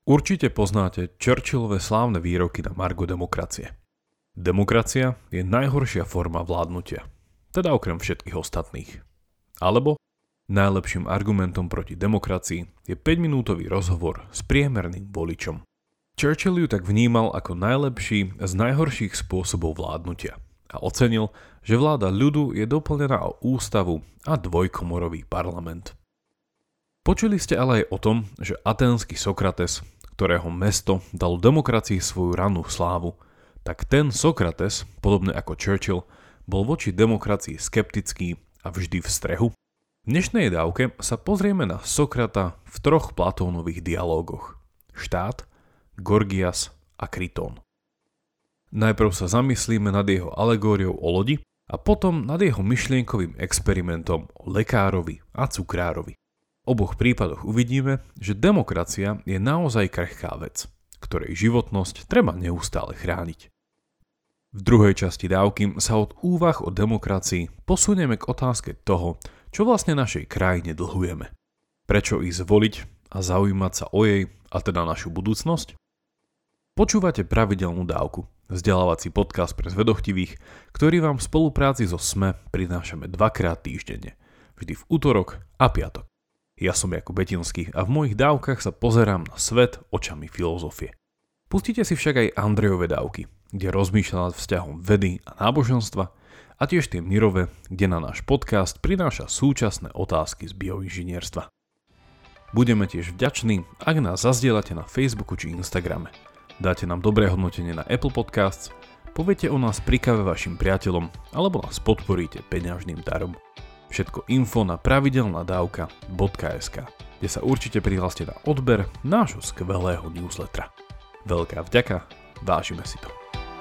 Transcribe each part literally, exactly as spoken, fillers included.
Určite poznáte Churchillove slávne výroky na margo demokracie. Demokracia je najhoršia forma vládnutia, teda okrem všetkých ostatných. Alebo najlepším argumentom proti demokracii je päťminútový rozhovor s priemerným voličom. Churchill ju tak vnímal ako najlepší z najhorších spôsobov vládnutia a ocenil, že vláda ľudu je doplnená o ústavu a dvojkomorový parlament. Počuli ste ale aj o tom, že aténsky Sokrates, ktorého mesto dalo demokracii svoju rannú slávu, tak ten Sokrates, podobne ako Churchill, bol voči demokracii skeptický a vždy v strehu. V dnešnej dávke sa pozrieme na Sokrata v troch Platónových dialógoch: Štát, Gorgias a Krytón. Najprv sa zamyslíme nad jeho alegóriou o lodi a potom nad jeho myšlienkovým experimentom o lekárovi a cukrárovi. V oboch prípadoch uvidíme, že demokracia je naozaj krehká vec, ktorej životnosť treba neustále chrániť. V druhej časti dávky sa od úvah o demokracii posunieme k otázke toho, čo vlastne našej krajine dlhujeme. Prečo ísť voliť a zaujímať sa o jej, a teda našu budúcnosť? Počúvate pravidelnú dávku, vzdelávací podcast pre zvedochtivých, ktorý vám v spolupráci so es em e prinášame dvakrát týždenne, vždy v útorok a piatok. Ja som Jakub Betinský a v mojich dávkach sa pozerám na svet očami filozofie. Pustite si však aj Andrejove dávky, kde rozmýšľa nad vzťahom vedy a náboženstva, a tiež tie Mirove, kde na náš podcast prináša súčasné otázky z bioinžinierstva. Budeme tiež vďační, ak nás zazdieľate na Facebooku či Instagrame. Dáte nám dobré hodnotenie na Apple Podcasts, poviete o nás pri kave vašim priateľom alebo nás podporíte peňažným darom. Všetko info na pravidelnadavka bodka es ká, kde sa určite prihláste na odber nášho skvelého newslettera. Veľká vďaka, vážime si to.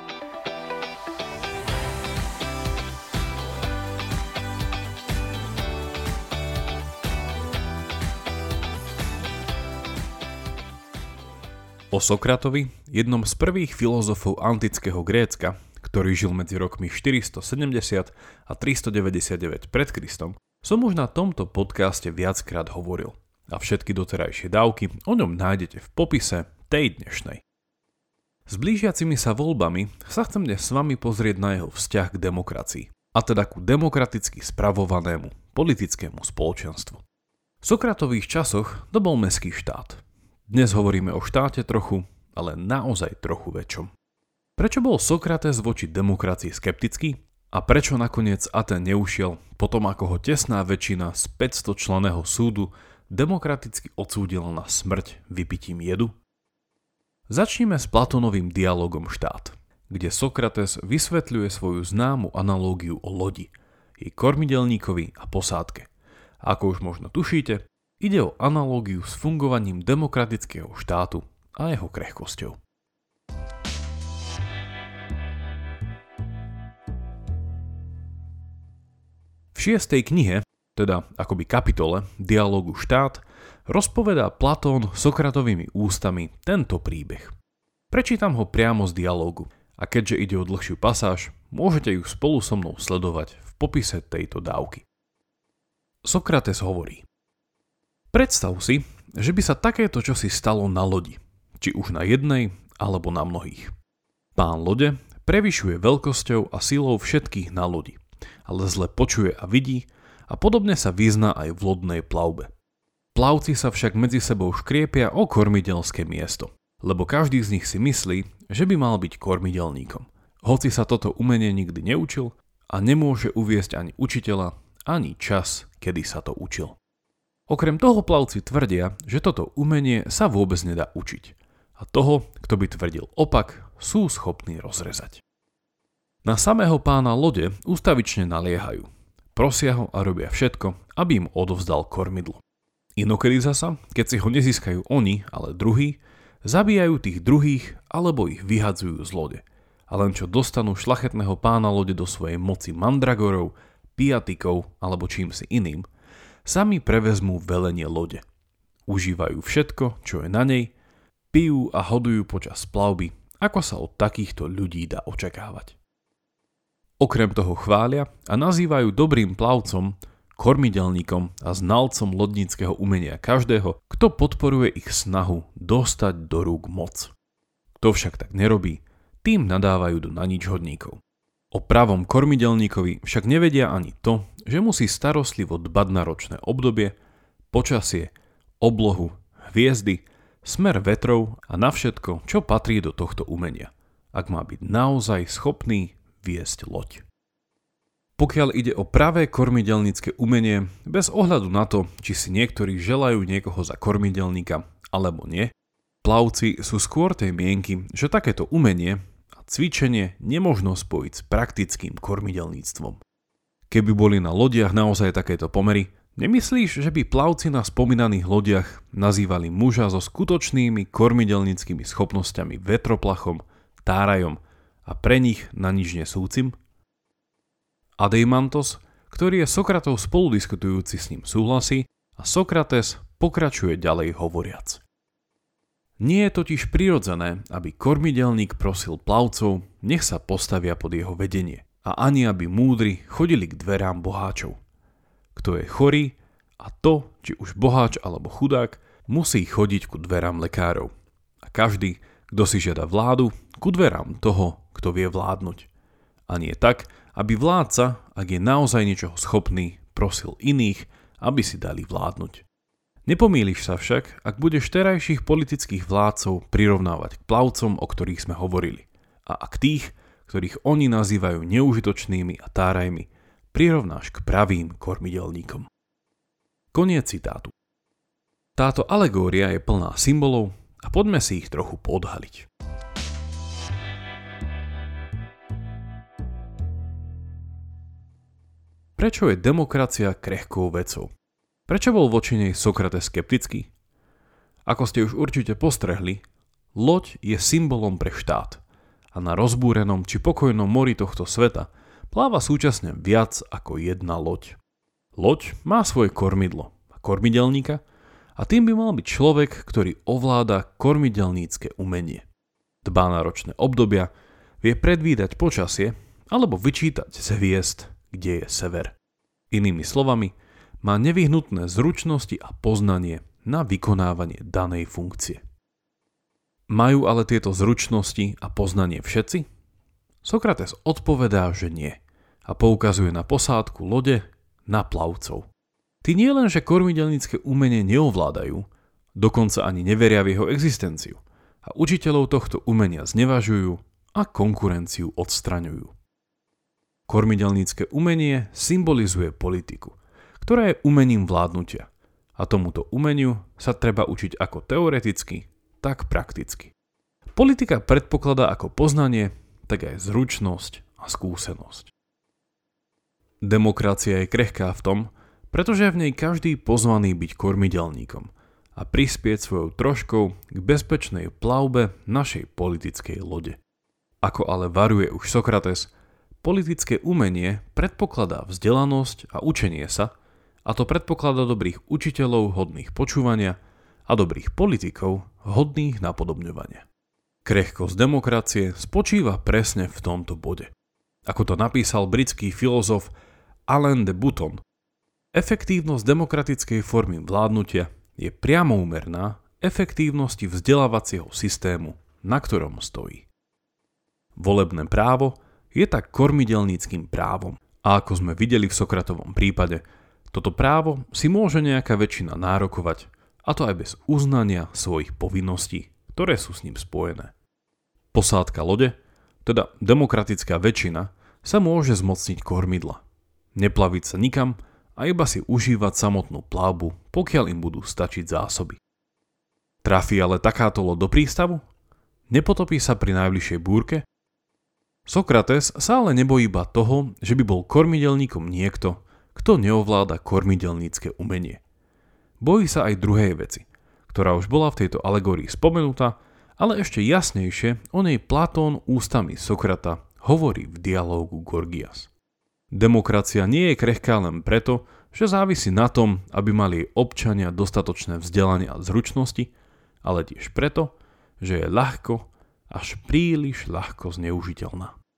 O Sokratovi, jednom z prvých filozofov antického Grécka, ktorý žil medzi rokmi štyristosedemdesiat a tristodeväťdesiatdeväť pred Kristom, som už na tomto podcaste viackrát hovoril a všetky doterajšie dávky o ňom nájdete v popise tej dnešnej. S blížiacimi sa voľbami sa chcem dnes s vami pozrieť na jeho vzťah k demokracii, a teda ku demokraticky spravovanému politickému spoločenstvu. V Sokratových časoch to bol mestský štát. Dnes hovoríme o štáte trochu, ale naozaj trochu väčšom. Prečo bol Sokrates voči demokracii skeptický a prečo nakoniec Atén neušiel potom, ako ho tesná väčšina z päťstočlenného súdu demokraticky odsúdila na smrť vypitím jedu? Začnime s Platónovým dialogom Štát, kde Sokrates vysvetľuje svoju známu analógiu o lodi, jej kormidelníkovi a posádke. A ako už možno tušíte, ide o analógiu s fungovaním demokratického štátu a jeho krehkosťou. V šiestej knihe, teda akoby kapitole dialógu Štát, rozpovedá Platón Sokratovými ústami tento príbeh. Prečítam ho priamo z dialógu a keďže ide o dlhšiu pasáž, môžete ju spolu so mnou sledovať v popise tejto dávky. Sokrates hovorí: Predstav si, že by sa takéto čosi stalo na lodi, či už na jednej alebo na mnohých. Pán lode prevyšuje veľkosťou a silou všetkých na lodi, ale zle počuje a vidí a podobne sa vyzná aj v lodnej plavbe. Plavci sa však medzi sebou škriepia o kormidelské miesto, lebo každý z nich si myslí, že by mal byť kormidelníkom. Hoci sa toto umenie nikdy neučil a nemôže uviesť ani učiteľa, ani čas, kedy sa to učil. Okrem toho plavci tvrdia, že toto umenie sa vôbec nedá učiť a toho, kto by tvrdil opak, sú schopní rozrezať. Na samého pána lode ústavične naliehajú, prosia ho a robia všetko, aby im odovzdal kormidlo. Inokedy zasa, keď si ho nezískajú oni, ale druhí, zabíjajú tých druhých alebo ich vyhadzujú z lode. A len čo dostanú šľachetného pána lode do svojej moci mandragorov, piatikov alebo čímsi iným, sami prevezmú velenie lode. Užívajú všetko, čo je na nej, pijú a hodujú počas plavby, ako sa od takýchto ľudí dá očakávať. Okrem toho chvália a nazývajú dobrým plavcom kormidelníkom a znalcom lodníckeho umenia každého, kto podporuje ich snahu dostať do rúk moc. Kto však tak nerobí, tým nadávajú do naničhodníkov. O pravom kormidelníkovi však nevedia ani to, že musí starostlivo dbať na ročné obdobie, počasie, oblohu, hviezdy, smer vetrov a na všetko, čo patrí do tohto umenia, ak má byť naozaj schopný viesť loď. Pokiaľ ide o pravé kormidelnícke umenie, bez ohľadu na to, či si niektorí želajú niekoho za kormidelníka alebo nie, plavci sú skôr tej mienky, že takéto umenie a cvičenie nemožno spojiť s praktickým kormidelníctvom. Keby boli na lodiach naozaj takéto pomery, nemyslíš, že by plavci na spomínaných lodiach nazývali muža so skutočnými kormidelníckymi schopnosťami vetroplachom, tárajom a pre nich na nič nesúcim? Adeimantos, ktorý je Sokratov spoludiskutujúci, s ním súhlasí a Sokrates pokračuje ďalej hovoriac. Nie je totiž prirodzené, aby kormidelník prosil plavcov, nech sa postavia pod jeho vedenie a ani aby múdri chodili k dverám boháčov. Kto je chorý, a to, či už boháč alebo chudák, musí chodiť ku dverám lekárov. A každý, kto si žiada vládu, ku dverám toho, kto vie vládnuť. A nie tak, aby vládca, ak je naozaj niečoho schopný, prosil iných, aby si dali vládnuť. Nepomýliš sa však, ak budeš terajších politických vládcov prirovnávať k plavcom, o ktorých sme hovorili. A ak tých, ktorých oni nazývajú neužitočnými a tárajmi, prirovnáš k pravým kormidelníkom. Koniec citátu. Táto alegória je plná symbolov a poďme si ich trochu podhaliť. Prečo je demokracia krehkou vecou? Prečo bol voči nej Sokrates skeptický? Ako ste už určite postrehli, loď je symbolom pre štát a na rozbúrenom či pokojnom mori tohto sveta pláva súčasne viac ako jedna loď. Loď má svoje kormidlo a kormidelníka a tým by mal byť človek, ktorý ovláda kormidelnícke umenie. Dbá na ročné obdobia, vie predvídať počasie alebo vyčítať z hviezd, kde je sever. Inými slovami, má nevyhnutné zručnosti a poznanie na vykonávanie danej funkcie. Majú ale tieto zručnosti a poznanie všetci? Sokrates odpovedá, že nie a poukazuje na posádku lode, na plavcov. Tí nie len, že kormidelnícke umenie neovládajú, dokonca ani neveria v jeho existenciu a učiteľov tohto umenia znevažujú a konkurenciu odstraňujú. Kormidelnícke umenie symbolizuje politiku, ktorá je umením vládnutia a tomuto umeniu sa treba učiť ako teoreticky, tak prakticky. Politika predpokladá ako poznanie, tak aj zručnosť a skúsenosť. Demokracia je krehká v tom, pretože v nej každý pozvaný byť kormidelníkom a prispieť svojou troškou k bezpečnej plavbe našej politickej lode. Ako ale varuje už Sokrates, politické umenie predpokladá vzdelanosť a učenie sa, a to predpokladá dobrých učiteľov hodných počúvania a dobrých politikov hodných napodobňovania. Krehkosť demokracie spočíva presne v tomto bode. Ako to napísal britský filozof Alain de Botton, efektívnosť demokratickej formy vládnutia je priamo úmerná efektívnosti vzdelávacieho systému, na ktorom stojí. Volebné právo je tak kormidelníckym právom a ako sme videli v Sokratovom prípade, toto právo si môže nejaká väčšina nárokovať, a to aj bez uznania svojich povinností, ktoré sú s ním spojené. Posádka lode, teda demokratická väčšina, sa môže zmocniť kormidla, neplaviť sa nikam a iba si užívať samotnú plavbu, pokiaľ im budú stačiť zásoby. Trafí ale takáto loď do prístavu? Nepotopí sa pri najbližšej búrke? Sokrates sa ale nebojí iba toho, že by bol kormidelníkom niekto, kto neovláda kormidelnícke umenie. Bojí sa aj druhej veci, ktorá už bola v tejto alegórii spomenutá, ale ešte jasnejšie o nej Platón ústami Sokrata hovorí v dialógu Gorgias. Demokracia nie je krehká len preto, že závisí na tom, aby mali jej občania dostatočné vzdelanie a zručnosti, ale tiež preto, že je ľahko, až príliš ľahko zneužiteľná. V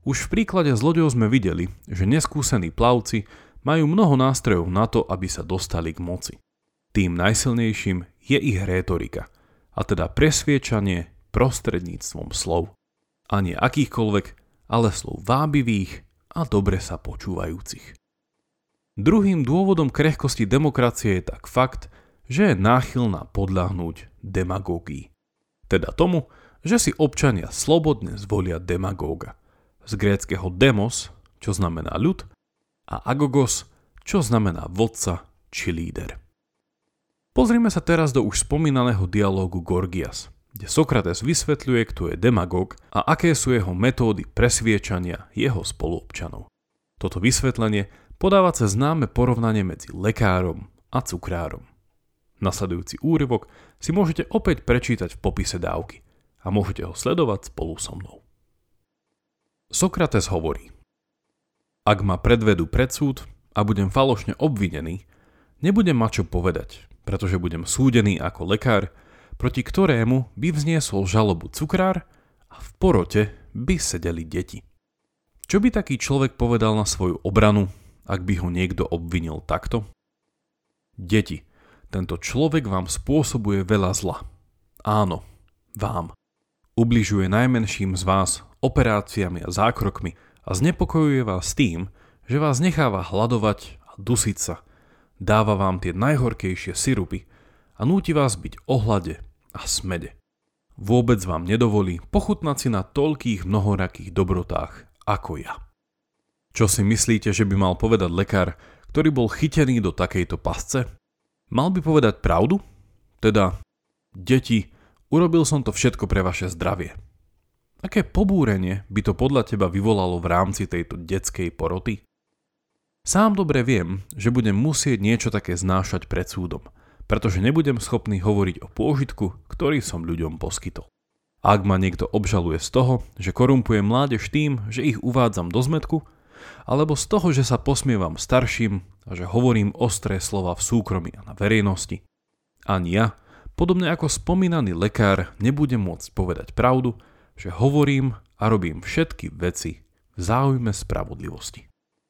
Už v príklade zlodejov sme videli, že neskúsení plavci majú mnoho nástrojov na to, aby sa dostali k moci. Tým najsilnejším je ich rétorika, a teda presviečanie prostredníctvom slov. A nie akýchkoľvek, ale slov vábivých a dobre sa počúvajúcich. Druhým dôvodom krehkosti demokracie je tak fakt, že je náchylná podľahnúť demagógii. Teda tomu, že si občania slobodne zvolia demagóga. Z gréckeho demos, čo znamená ľud, a agogos, čo znamená vodca či líder. Pozrime sa teraz do už spomínaného dialógu Gorgias, kde Sokrates vysvetľuje, kto je demagóg a aké sú jeho metódy presviečania jeho spoluobčanov. Toto vysvetlenie podáva cez známe porovnanie medzi lekárom a cukrárom. Nasledujúci úryvok si môžete opäť prečítať v popise dávky a môžete ho sledovať spolu so mnou. Sokrates hovorí: Ak ma predvedú pred súd a budem falošne obvinený, nebudem mať čo povedať, pretože budem súdený ako lekár, proti ktorému by vzniesol žalobu cukrár a v porote by sedeli deti. Čo by taký človek povedal na svoju obranu, ak by ho niekto obvinil takto? Deti, tento človek vám spôsobuje veľa zla. Áno, vám. Ubližuje najmenším z vás operáciami a zákrokmi a znepokojuje vás tým, že vás necháva hladovať a dusiť sa, dáva vám tie najhorkejšie sirupy a núti vás byť ohlade a smede. Vôbec vám nedovolí pochutnať si na toľkých mnohorakých dobrotách ako ja. Čo si myslíte, že by mal povedať lekár, ktorý bol chytený do takejto pasce? Mal by povedať pravdu? Teda, deti, urobil som to všetko pre vaše zdravie. Aké pobúrenie by to podľa teba vyvolalo v rámci tejto detskej poroty? Sám dobre viem, že budem musieť niečo také znášať pred súdom, pretože nebudem schopný hovoriť o pôžitku, ktorý som ľuďom poskytol. Ak ma niekto obžaluje z toho, že korumpujem mládež tým, že ich uvádzam do zmätku, alebo z toho, že sa posmievam starším a že hovorím ostré slova v súkromí a na verejnosti, ani ja, podobne ako spomínaný lekár, nebudem môcť povedať pravdu, že hovorím a robím všetky veci v záujme spravodlivosti.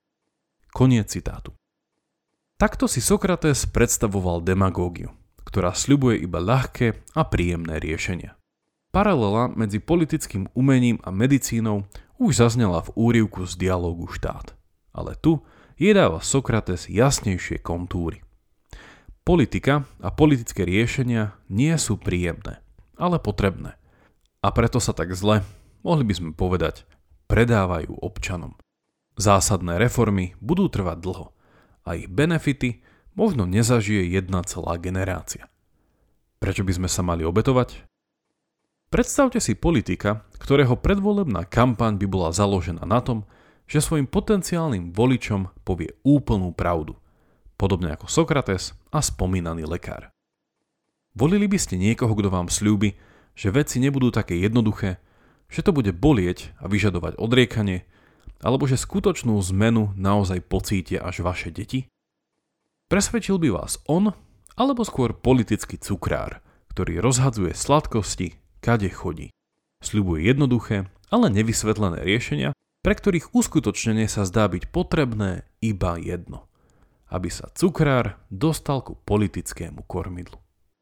Koniec citátu. Takto si Sokrates predstavoval demagógiu, ktorá sľubuje iba ľahké a príjemné riešenia. Paralela medzi politickým umením a medicínou už zaznela v úryvku z dialógu Štát, ale tu jej dáva Sokrates jasnejšie kontúry. Politika a politické riešenia nie sú príjemné, ale potrebné. A preto sa tak zle, mohli by sme povedať, predávajú občanom. Zásadné reformy budú trvať dlho a ich benefity možno nezažije jedna celá generácia. Prečo by sme sa mali obetovať? Predstavte si politika, ktorého predvolebná kampaň by bola založená na tom, že svojim potenciálnym voličom povie úplnú pravdu, podobne ako Sokrates a spomínaný lekár. Volili by ste niekoho, kto vám sľúbi, že veci nebudú také jednoduché, že to bude bolieť a vyžadovať odriekanie, alebo že skutočnú zmenu naozaj pocítia až vaše deti? Presvedčil by vás on, alebo skôr politický cukrár, ktorý rozhadzuje sladkosti, kade chodí. Sľubuje jednoduché, ale nevysvetlené riešenia, pre ktorých uskutočnenie sa zdá byť potrebné iba jedno. Aby sa cukrár dostal ku politickému kormidlu.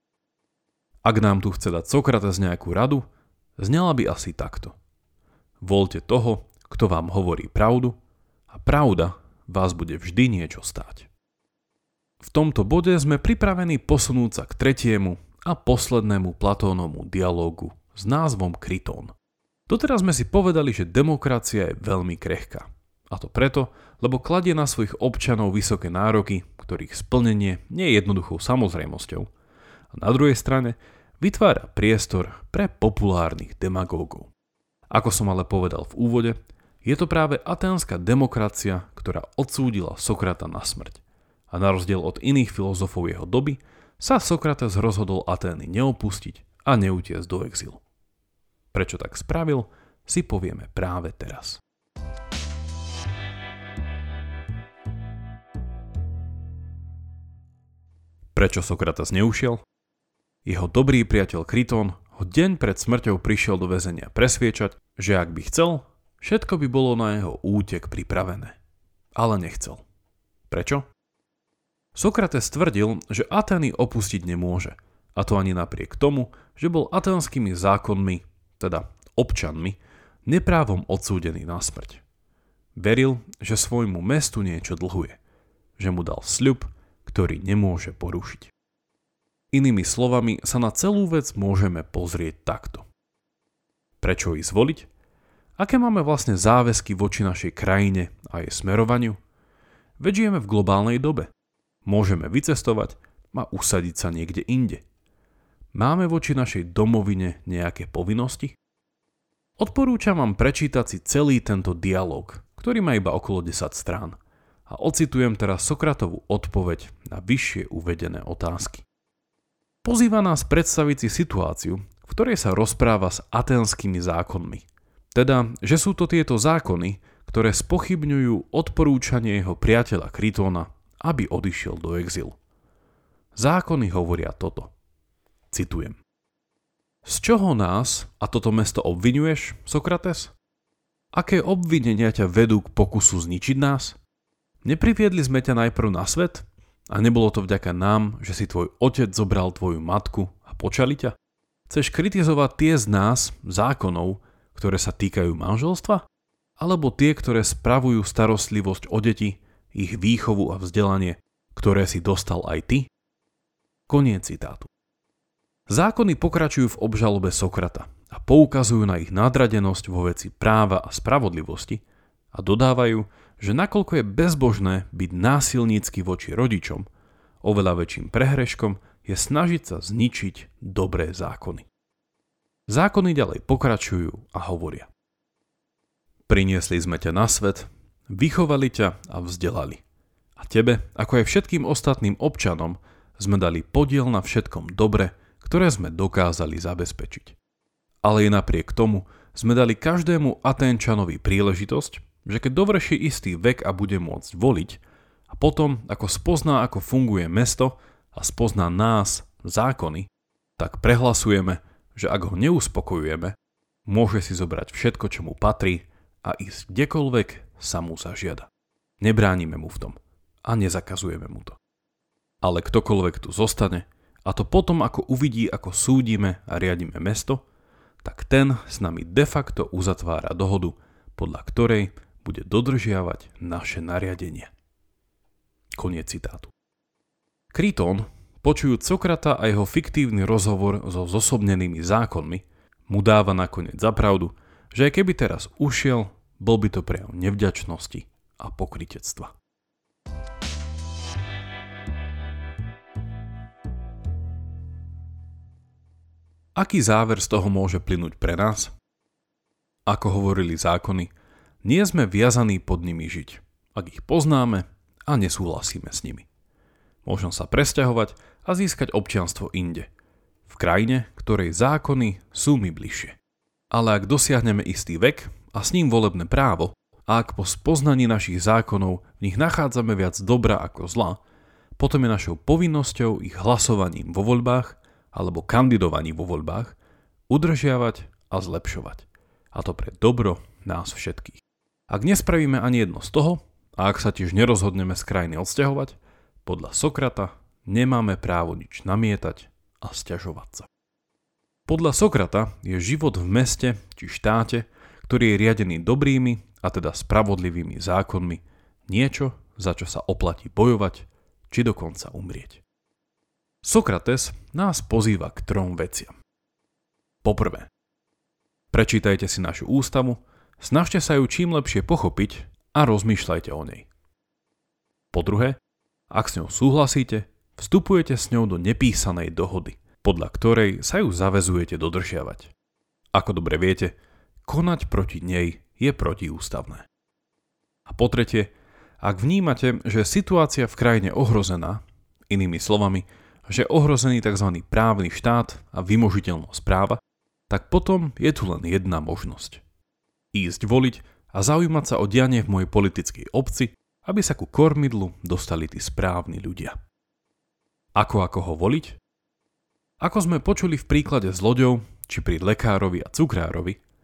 Ak nám tu chce dať Sokrates nejakú radu, znela by asi takto. Voľte toho, kto vám hovorí pravdu a pravda vás bude vždy niečo stáť. V tomto bode sme pripravení posunúť sa k tretiemu a poslednému Platónovmu dialógu s názvom Krytón. Doteraz sme si povedali, že demokracia je veľmi krehká. A to preto, lebo kladie na svojich občanov vysoké nároky, ktorých splnenie nie je jednoduchou samozrejmosťou. A na druhej strane vytvára priestor pre populárnych demagógov. Ako som ale povedal v úvode, je to práve aténska demokracia, ktorá odsúdila Sokrata na smrť. A na rozdiel od iných filozofov jeho doby sa Sokrates rozhodol Atény neopustiť a neutiecť do exilu. Prečo tak spravil, si povieme práve teraz. Prečo Sokrates neušiel? Jeho dobrý priateľ Krytón ho deň pred smrťou prišiel do väzenia presviečať, že ak by chcel, Všetko by bolo na jeho útek pripravené. Ale nechcel. Prečo? Sokrates tvrdil, že Atény opustiť nemôže, a to ani napriek tomu, že bol aténskymi zákonmi, teda občanmi, neprávom odsúdený na smrť. Veril, že svojmu mestu niečo dlhuje, že mu dal sľub, ktorý nemôže porušiť. Inými slovami sa na celú vec môžeme pozrieť takto. Prečo ich zvoliť? Aké máme vlastne záväzky voči našej krajine a jej smerovaniu? Veď žijeme v globálnej dobe. Môžeme vycestovať a usadiť sa niekde inde. Máme voči našej domovine nejaké povinnosti? Odporúčam vám prečítať si celý tento dialóg, ktorý má iba okolo desať strán. A ocitujem teraz Sokratovú odpoveď na vyššie uvedené otázky. Pozýva nás predstaviť si situáciu, v ktorej sa rozpráva s aténskymi zákonmi. Teda, že sú to tieto zákony, ktoré spochybňujú odporúčanie jeho priateľa Kritóna, aby odišiel do exilu. Zákony hovoria toto. Citujem. Z čoho nás a toto mesto obviňuješ, Sokrates? Aké obvinenia ťa vedú k pokusu zničiť nás? Nepriviedli sme ťa najprv na svet? A nebolo to vďaka nám, že si tvoj otec zobral tvoju matku a počali ťa? Chceš kritizovať tie z nás, zákonov, ktoré sa týkajú manželstva? Alebo tie, ktoré spravujú starostlivosť o deti, ich výchovu a vzdelanie, ktoré si dostal aj ty? Koniec citátu. Zákony pokračujú v obžalobe Sokrata a poukazujú na ich nadradenosť vo veci práva a spravodlivosti a dodávajú, že nakoľko je bezbožné byť násilnícky voči rodičom, oveľa väčším prehreškom je snažiť sa zničiť dobré zákony. Zákony ďalej pokračujú a hovoria. Priniesli sme ťa na svet, vychovali ťa a vzdelali. A tebe, ako aj všetkým ostatným občanom, sme dali podiel na všetkom dobre, ktoré sme dokázali zabezpečiť. Ale i napriek tomu sme dali každému Aténčanovi príležitosť, že keď dovrší istý vek a bude môcť voliť, a potom, ako spozná, ako funguje mesto a spozná nás, zákony, tak prehlasujeme, že ak ho neuspokojujeme, môže si zobrať všetko, čo mu patrí a ísť kdekoľvek sa mu zažiada. Nebránime mu v tom a nezakazujeme mu to. Ale ktokoľvek tu zostane, a to potom, ako uvidí, ako súdime a riadime mesto, tak ten s nami de facto uzatvára dohodu, podľa ktorej bude dodržiavať naše nariadenia. Koniec citátu. Kritón, počujúc Sokrata a jeho fiktívny rozhovor so zosobnenými zákonmi, mu dáva nakoniec za pravdu, že aj keby teraz ušiel, bol by to prejav nevďačnosti a pokrytectva. Aký záver z toho môže plynúť pre nás? Ako hovorili zákony, nie sme viazaní pod nimi žiť, ak ich poznáme a nesúhlasíme s nimi. Môžem sa presťahovať a získať občianstvo inde, v krajine, ktorej zákony sú mi bližšie. Ale ak dosiahneme istý vek a s ním volebné právo, a ak po spoznaní našich zákonov v nich nachádzame viac dobra ako zla, potom je našou povinnosťou ich hlasovaním vo voľbách alebo kandidovaním vo voľbách udržiavať a zlepšovať. A to pre dobro nás všetkých. Ak nespravíme ani jedno z toho, a ak sa tiež nerozhodneme z krajiny odsťahovať, podľa Sokrata nemáme právo nič namietať a sťažovať sa. Podľa Sokrata je život v meste či štáte, ktorý je riadený dobrými a teda spravodlivými zákonmi, niečo, za čo sa oplatí bojovať či dokonca umrieť. Sokrates nás pozýva k trom veciam. Poprvé, prečítajte si našu ústavu, snažte sa ju čím lepšie pochopiť a rozmýšľajte o nej. Po druhé, ak s ňou súhlasíte, vstupujete s ňou do nepísanej dohody, podľa ktorej sa ju zaväzujete dodržiavať. Ako dobre viete, konať proti nej je protiústavné. A po tretie, ak vnímate, že je situácia v krajine ohrozená, inými slovami, že je ohrozený tzv. Právny štát a vymožiteľnosť práva, tak potom je tu len jedna možnosť. Ísť voliť a zaujímať sa o dianie v mojej politickej obci, aby sa ku kormidlu dostali tí správni ľudia. Ako ako ho voliť? Ako sme počuli v príklade s loďou, či pri lekárovi a cukrárovi,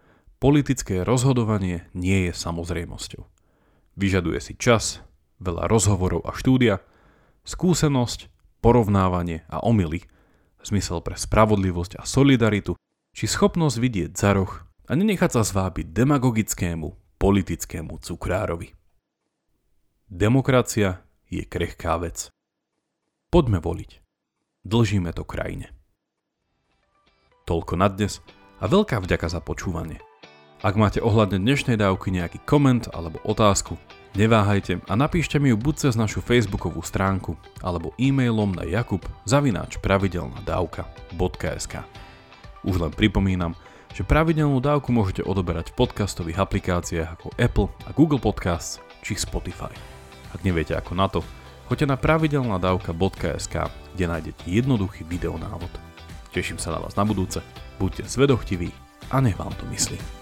Politické rozhodovanie nie je samozrejmosťou. Vyžaduje si čas, veľa rozhovorov a štúdia, skúsenosť, porovnávanie a omyly, zmysel pre spravodlivosť a solidaritu, či schopnosť vidieť za roh a nenechať sa zvábiť demagogickému politickému cukrárovi. Demokracia je krehká vec. Poďme voliť. Dlžíme to krajine. Toľko na dnes a veľká vďaka za počúvanie. Ak máte ohľadne dnešnej dávky nejaký koment alebo otázku, neváhajte a napíšte mi ju buď cez našu facebookovú stránku alebo e-mailom na jakub zavináč pravidelná dávka bodka es ká. Už len pripomínam, že pravidelnú dávku môžete odoberať v podcastových aplikáciách ako Apple a Google Podcasts či Spotify. Ak neviete ako na to, choďte na pravidelná dávka bodka es ká, kde nájdete jednoduchý videonávod. Teším sa na vás na budúce, buďte zvedochtiví a nech vám to myslí.